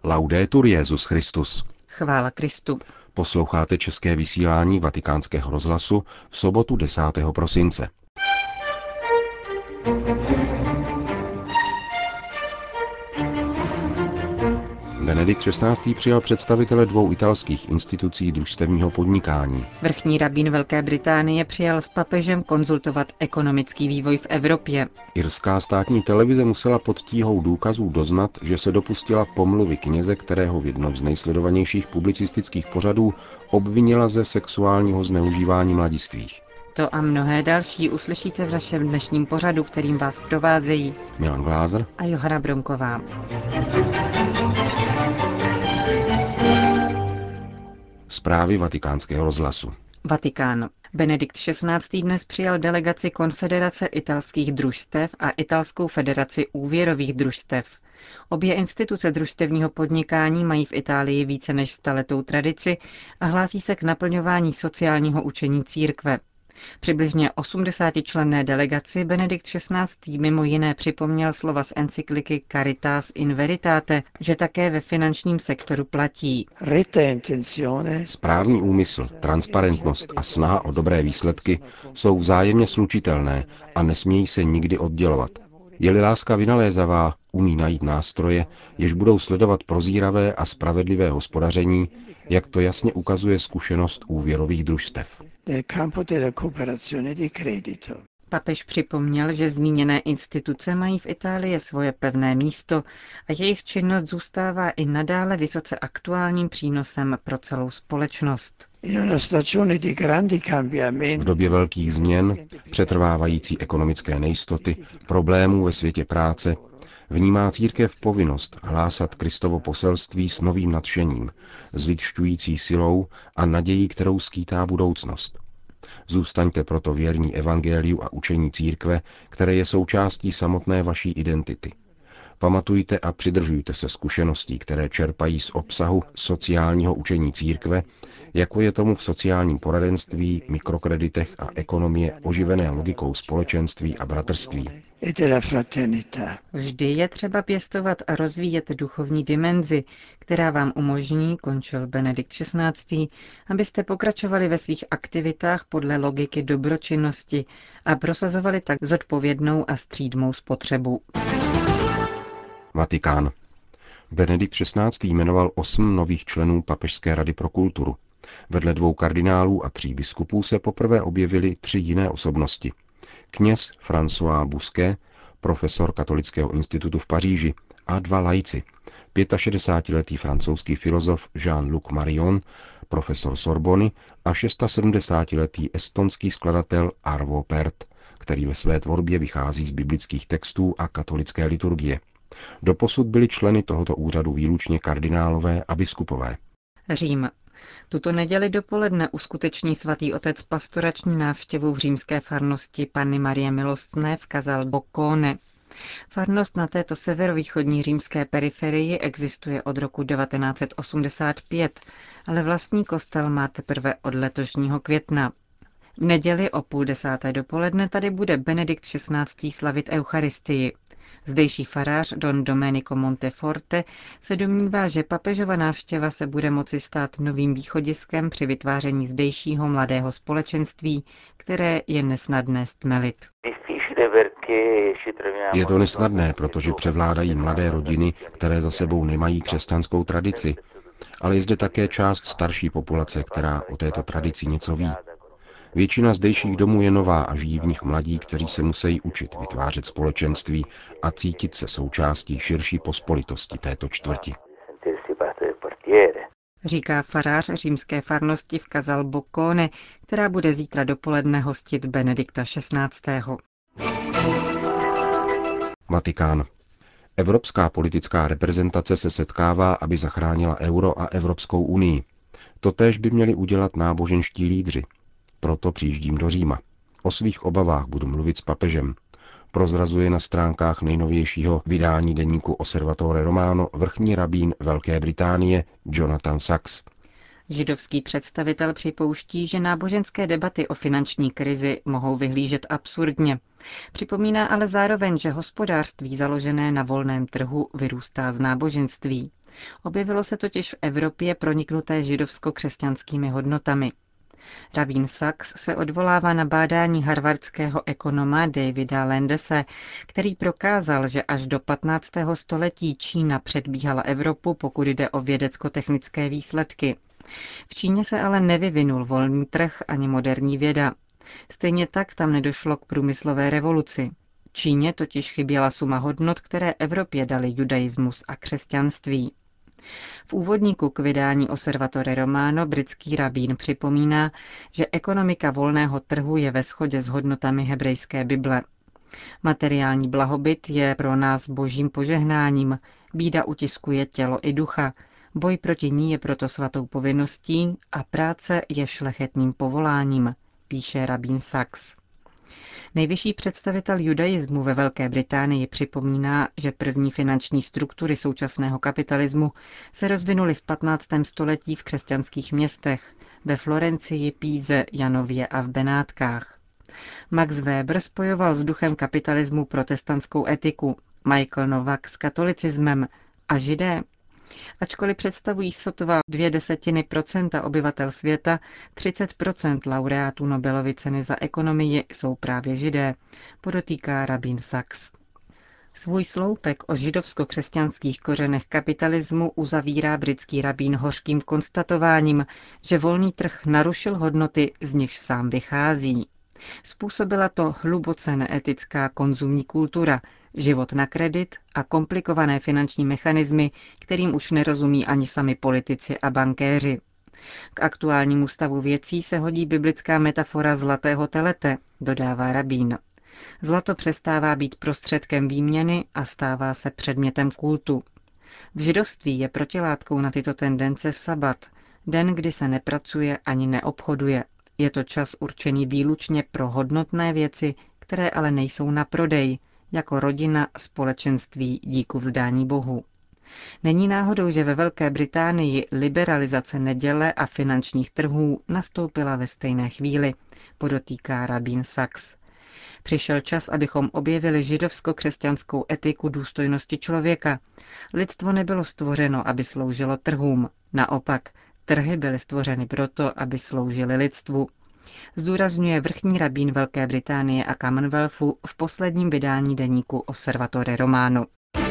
Laudetur Jesus Christus. Chvála Kristu. Posloucháte české vysílání Vatikánského rozhlasu v sobotu 10. prosince. Benedikt XVI. Přijal představitele dvou italských institucí družstevního podnikání. Vrchní rabín Velké Británie přijal s papežem konzultovat ekonomický vývoj v Evropě. Irská státní televize musela pod tíhou důkazů doznat, že se dopustila pomluvy kněze, kterého v jednom z nejsledovanějších publicistických pořadů obvinila ze sexuálního zneužívání mladistvých. To a mnohé další uslyšíte v našem dnešním pořadu, kterým vás provázejí Milan Glázer a Johana Bronková. Zprávy Vatikánského rozhlasu. Vatikán. Benedikt XVI. Dnes přijal delegaci Konfederace italských družstev a Italskou federaci úvěrových družstev. Obě instituce družstevního podnikání mají v Itálii více než 100letou tradici a hlásí se k naplňování sociálního učení církve. Přibližně 80členné delegaci Benedikt XVI. Mimo jiné připomněl slova z encykliky Caritas in Veritate, že také ve finančním sektoru platí. Správný úmysl, transparentnost a snaha o dobré výsledky jsou vzájemně slučitelné a nesmějí se nikdy oddělovat. Je-li láska vynalézavá, umí najít nástroje, jež budou sledovat prozíravé a spravedlivé hospodaření, jak to jasně ukazuje zkušenost úvěrových družstev. Papež připomněl, že zmíněné instituce mají v Itálii svoje pevné místo a jejich činnost zůstává i nadále vysoce aktuálním přínosem pro celou společnost. V době velkých změn, přetrvávající ekonomické nejistoty, problémů ve světě práce, vnímá církev povinnost hlásat Kristovo poselství s novým nadšením, s lidšťující silou a nadějí, kterou skýtá budoucnost. Zůstaňte proto věrní evangeliu a učení církve, které je součástí samotné vaší identity. Pamatujte a přidržujte se zkušeností, které čerpají z obsahu sociálního učení církve, jako je tomu v sociálním poradenství, mikrokreditech a ekonomie oživené logikou společenství a bratrství. Vždy je třeba pěstovat a rozvíjet duchovní dimenzi, která vám umožní, končil Benedikt XVI., abyste pokračovali ve svých aktivitách podle logiky dobročinnosti a prosazovali tak zodpovědnou a střídmou spotřebu. Vatikán. Benedikt XVI. Jmenoval 8 nových členů Papežské rady pro kulturu. Vedle 2 kardinálů a 3 biskupů se poprvé objevily 3 jiné osobnosti. Kněz François Busquet, profesor Katolického institutu v Paříži, a 2 laici. 65letý francouzský filozof Jean-Luc Marion, profesor Sorbony, a 76letý estonský skladatel Arvo Pärt, který ve své tvorbě vychází z biblických textů a katolické liturgie. Doposud byli členy tohoto úřadu výlučně kardinálové a biskupové. Řím. Tuto neděli dopoledne uskuteční svatý otec pastorační návštěvu v římské farnosti Panny Marie Milostné v Casal Boccone. Farnost na této severovýchodní římské periferii existuje od roku 1985, ale vlastní kostel má teprve od letošního května. V neděli o 9:30 dopoledne tady bude Benedikt XVI. Slavit Eucharistii. Zdejší farář Don Domenico Monteforte se domnívá, že papežova návštěva se bude moci stát novým východiskem při vytváření zdejšího mladého společenství, které je nesnadné stmelit. Je to nesnadné, protože převládají mladé rodiny, které za sebou nemají křesťanskou tradici, ale je zde také část starší populace, která o této tradici něco ví. Většina zdejších domů je nová a žijí v nich mladí, kteří se musí učit vytvářet společenství a cítit se součástí širší pospolitosti této čtvrti. Říká farář římské farnosti v Casal Boccone, která bude zítra dopoledne hostit Benedikta XVI. Vatikán. Evropská politická reprezentace se setkává, aby zachránila euro a Evropskou unii. Totéž by měli udělat náboženští lídři. Proto přijíždím do Říma. O svých obavách budu mluvit s papežem. Prozrazuje na stránkách nejnovějšího vydání deníku Osservatore Romano vrchní rabín Velké Británie Jonathan Sacks. Židovský představitel připouští, že náboženské debaty o finanční krizi mohou vyhlížet absurdně. Připomíná ale zároveň, že hospodářství založené na volném trhu vyrůstá z náboženství. Objevilo se totiž v Evropě proniknuté židovsko-křesťanskými hodnotami. Rabín Sachs se odvolává na bádání harvardského ekonoma Davida Landese, který prokázal, že až do 15. století Čína předbíhala Evropu, pokud jde o vědecko-technické výsledky. V Číně se ale nevyvinul volný trh ani moderní věda. Stejně tak tam nedošlo k průmyslové revoluci. Číně totiž chyběla suma hodnot, které Evropě dali judaismus a křesťanství. V úvodníku k vydání Osservatore Romano britský rabín připomíná, že ekonomika volného trhu je ve shodě s hodnotami hebrejské Bible. Materiální blahobyt je pro nás božím požehnáním, bída utiskuje tělo i ducha, boj proti ní je proto svatou povinností a práce je šlechetným povoláním, píše rabín Sachs. Nejvyšší představitel judaismu ve Velké Británii připomíná, že první finanční struktury současného kapitalismu se rozvinuly v 15. století v křesťanských městech, ve Florencii, Píze, Janově a v Benátkách. Max Weber spojoval s duchem kapitalismu protestantskou etiku, Michael Novak s katolicismem a Židé. Ačkoliv představují sotva 0,2% obyvatel světa, 30% laureátů Nobelovy ceny za ekonomii jsou právě Židé, podotýká rabín Sachs. Svůj sloupek o židovsko-křesťanských kořenech kapitalismu uzavírá britský rabín hořkým konstatováním, že volný trh narušil hodnoty, z nichž sám vychází. Způsobila to hluboce neetická konzumní kultura, život na kredit a komplikované finanční mechanismy, kterým už nerozumí ani sami politici a bankéři. K aktuálnímu stavu věcí se hodí biblická metafora zlatého telete, dodává rabín. Zlato přestává být prostředkem výměny a stává se předmětem kultu. V židovství je protilátkou na tyto tendence sabat, den, kdy se nepracuje ani neobchoduje. Je to čas určený výlučně pro hodnotné věci, které ale nejsou na prodej, jako rodina, společenství, díku vzdání Bohu. Není náhodou, že ve Velké Británii liberalizace neděle a finančních trhů nastoupila ve stejné chvíli, podotýká rabín Sachs. Přišel čas, abychom objevili židovsko-křesťanskou etiku důstojnosti člověka. Lidstvo nebylo stvořeno, aby sloužilo trhům. Naopak, trhy byly stvořeny proto, aby sloužily lidstvu. Zdůrazňuje vrchní rabín Velké Británie a Commonwealthu v posledním vydání deníku Osservatore Romano.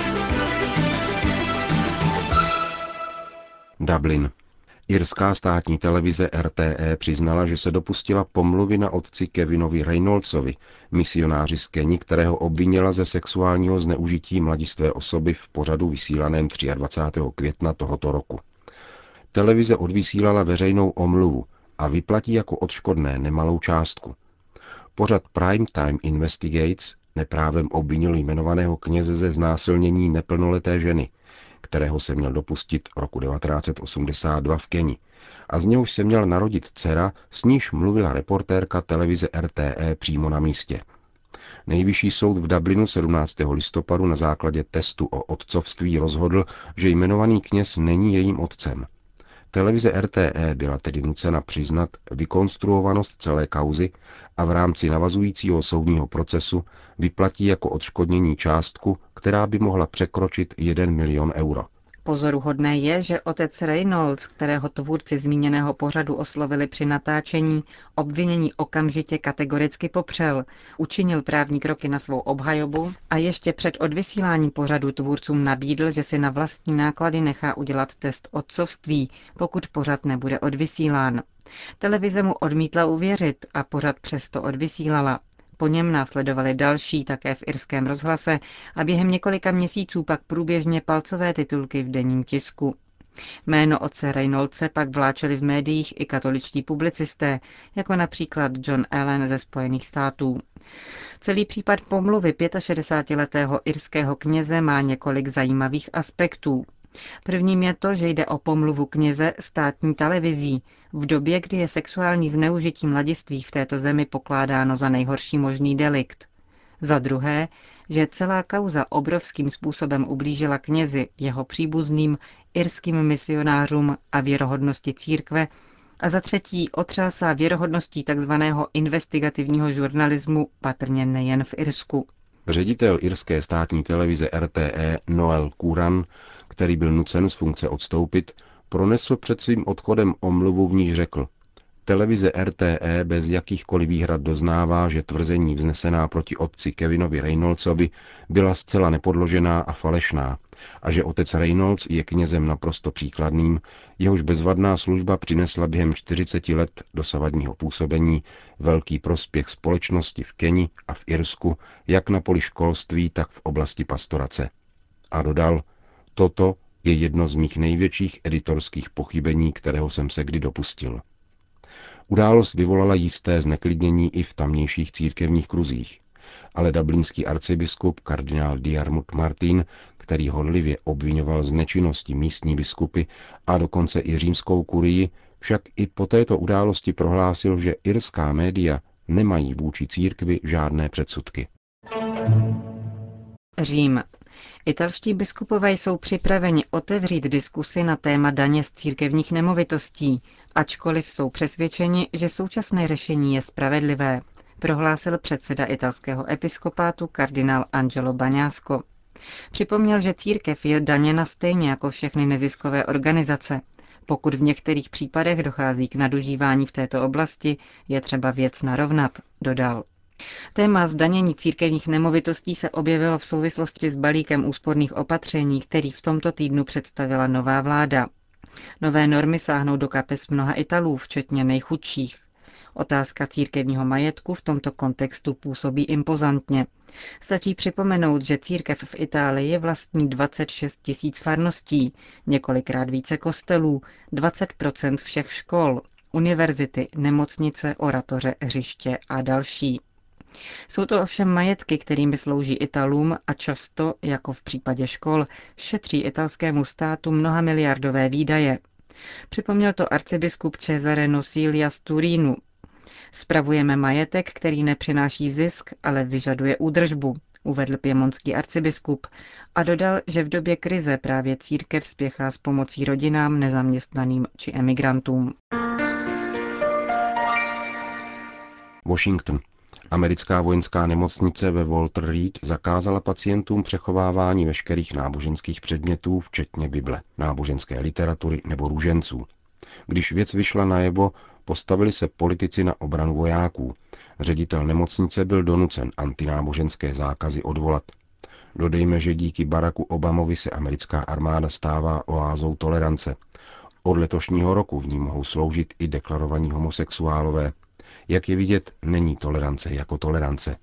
Dublin. Irská státní televize RTE přiznala, že se dopustila pomluvy na otci Kevinovi Reynoldsovi, misionáři z Keni, kterého obvinila ze sexuálního zneužití mladistvé osoby v pořadu vysílaném 23. května tohoto roku. Televize odvysílala veřejnou omluvu a vyplatí jako odškodné nemalou částku. Pořad Prime Time Investigates neprávem obvinil jmenovaného kněze ze znásilnění neplnoleté ženy, kterého se měl dopustit roku 1982 v Keni, a z něhož se měla narodit dcera, s níž mluvila reportérka televize RTE přímo na místě. Nejvyšší soud v Dublinu 17. listopadu na základě testu o otcovství rozhodl, že jmenovaný kněz není jejím otcem. Televize RTE byla tedy nucena přiznat vykonstruovanost celé kauzy a v rámci navazujícího soudního procesu vyplatí jako odškodnění částku, která by mohla překročit 1 milion euro. Pozoruhodné je, že otec Reynolds, kterého tvůrci zmíněného pořadu oslovili při natáčení, obvinění okamžitě kategoricky popřel, učinil právní kroky na svou obhajobu a ještě před odvysíláním pořadu tvůrcům nabídl, že si na vlastní náklady nechá udělat test otcovství, pokud pořad nebude odvysílán. Televize mu odmítla uvěřit a pořad přesto odvysílala. Po něm následovaly další, také v irském rozhlase, a během několika měsíců pak průběžně palcové titulky v denním tisku. Jméno otce Reynoldse pak vláčeli v médiích i katoličtí publicisté, jako například John Allen ze Spojených států. Celý případ pomluvy 65letého irského kněze má několik zajímavých aspektů. Prvním je to, že jde o pomluvu kněze státní televizí, v době, kdy je sexuální zneužití mladistvých v této zemi pokládáno za nejhorší možný delikt. Za druhé, že celá kauza obrovským způsobem ublížila knězi, jeho příbuzným, irským misionářům a věrohodnosti církve, a za třetí otřásá věrohodností tzv. Investigativního žurnalismu, patrně nejen v Irsku. Ředitel irské státní televize RTE Noel Curran, který byl nucen z funkce odstoupit, pronesl před svým odchodem omluvu, v níž řekl: Televize RTE bez jakýchkoliv výhrad doznává, že tvrzení vznesená proti otci Kevinovi Reynoldsovi byla zcela nepodložená a falešná a že otec Reynolds je knězem naprosto příkladným, jehož bezvadná služba přinesla během 40 let dosavadního působení velký prospěch společnosti v Keni a v Irsku, jak na poli školství, tak v oblasti pastorace. A dodal: Toto je jedno z mých největších editorských pochybení, kterého jsem se kdy dopustil. Událost vyvolala jisté zneklidnění i v tamnějších církevních kruzích, ale dublinský arcibiskup kardinál Diarmuid Martin, který horlivě obvinoval z nečinnosti místní biskupy a dokonce i římskou kurii, však i po této události prohlásil, že irská média nemají vůči církvi žádné předsudky. Řím. Italští biskupové jsou připraveni otevřít diskusi na téma daně z církevních nemovitostí, ačkoliv jsou přesvědčeni, že současné řešení je spravedlivé, prohlásil předseda italského episkopátu kardinál Angelo Bagnasco. Připomněl, že církev je daněna stejně jako všechny neziskové organizace. Pokud v některých případech dochází k nadužívání v této oblasti, je třeba věc narovnat, dodal. Téma zdanění církevních nemovitostí se objevilo v souvislosti s balíkem úsporných opatření, který v tomto týdnu představila nová vláda. Nové normy sáhnou do kapes mnoha Italů, včetně nejchudších. Otázka církevního majetku v tomto kontextu působí impozantně. Stačí připomenout, že církev v Itálii vlastní 26 000 farností, několikrát více kostelů, 20% všech škol, univerzity, nemocnice, oratoře, hřiště a další. Jsou to ovšem majetky, kterými slouží Italům a často, jako v případě škol, šetří italskému státu mnoha miliardové výdaje. Připomněl to arcibiskup Cesare Nosilia z Turínu. Spravujeme majetek, který nepřináší zisk, ale vyžaduje údržbu, uvedl piemontský arcibiskup a dodal, že v době krize právě církev spěchá s pomocí rodinám, nezaměstnaným či emigrantům. Washington. Americká vojenská nemocnice ve Walter Reed zakázala pacientům přechovávání veškerých náboženských předmětů, včetně Bible, náboženské literatury nebo růženců. Když věc vyšla najevo, postavili se politici na obranu vojáků. Ředitel nemocnice byl donucen antináboženské zákazy odvolat. Dodejme, že díky Baracku Obamovi se americká armáda stává oázou tolerance. Od letošního roku v ní mohou sloužit i deklarovaní homosexuálové. Jak je vidět, není tolerance jako tolerance.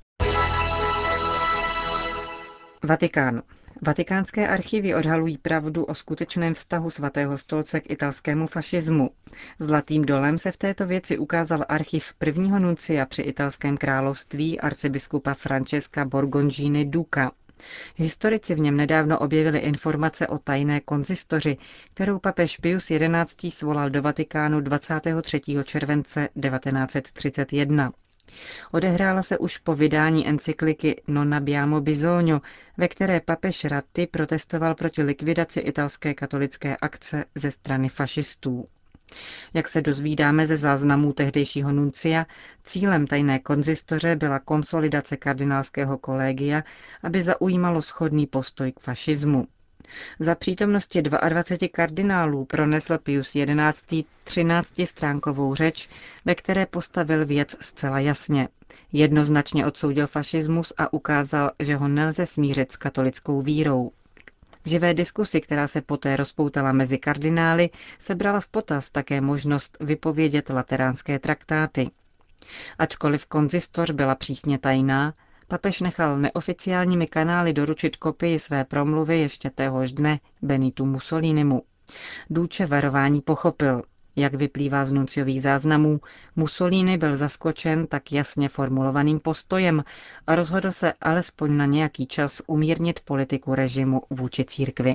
Vatikán. Vatikánské archivy odhalují pravdu o skutečném vztahu Svatého stolce k italskému fašismu. Zlatým dolem se v této věci ukázal archiv prvního nuncia při italském království arcibiskupa Francesca Borgoncini Duca. Historici v něm nedávno objevili informace o tajné konzistoři, kterou papež Pius XI. Svolal do Vatikánu 23. července 1931. Odehrála se už po vydání encykliky Non abbiamo bisogno, ve které papež Ratti protestoval proti likvidaci italské katolické akce ze strany fašistů. Jak se dozvídáme ze záznamů tehdejšího nuncia, cílem tajné konzistoře byla konsolidace kardinálského kolegia, aby zaujímalo shodný postoj k fašismu. Za přítomnosti 22 kardinálů pronesl Pius XI. 13stránkovou řeč, ve které postavil věc zcela jasně. Jednoznačně odsoudil fašismus a ukázal, že ho nelze smířit s katolickou vírou. V živé diskusi, která se poté rozpoutala mezi kardinály, se brala v potaz také možnost vypovědět lateránské traktáty. Ačkoliv konzistoř byla přísně tajná, papež nechal neoficiálními kanály doručit kopii své promluvy ještě téhož dne Benitu Mussolinimu. Duce varování pochopil. Jak vyplývá z nunciových záznamů, Mussolini byl zaskočen tak jasně formulovaným postojem a rozhodl se alespoň na nějaký čas umírnit politiku režimu vůči církvi.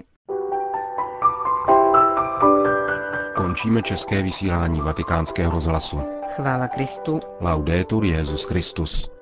Končíme české vysílání Vatikánského rozhlasu. Chvála Kristu. Laudetur Jesus Christus.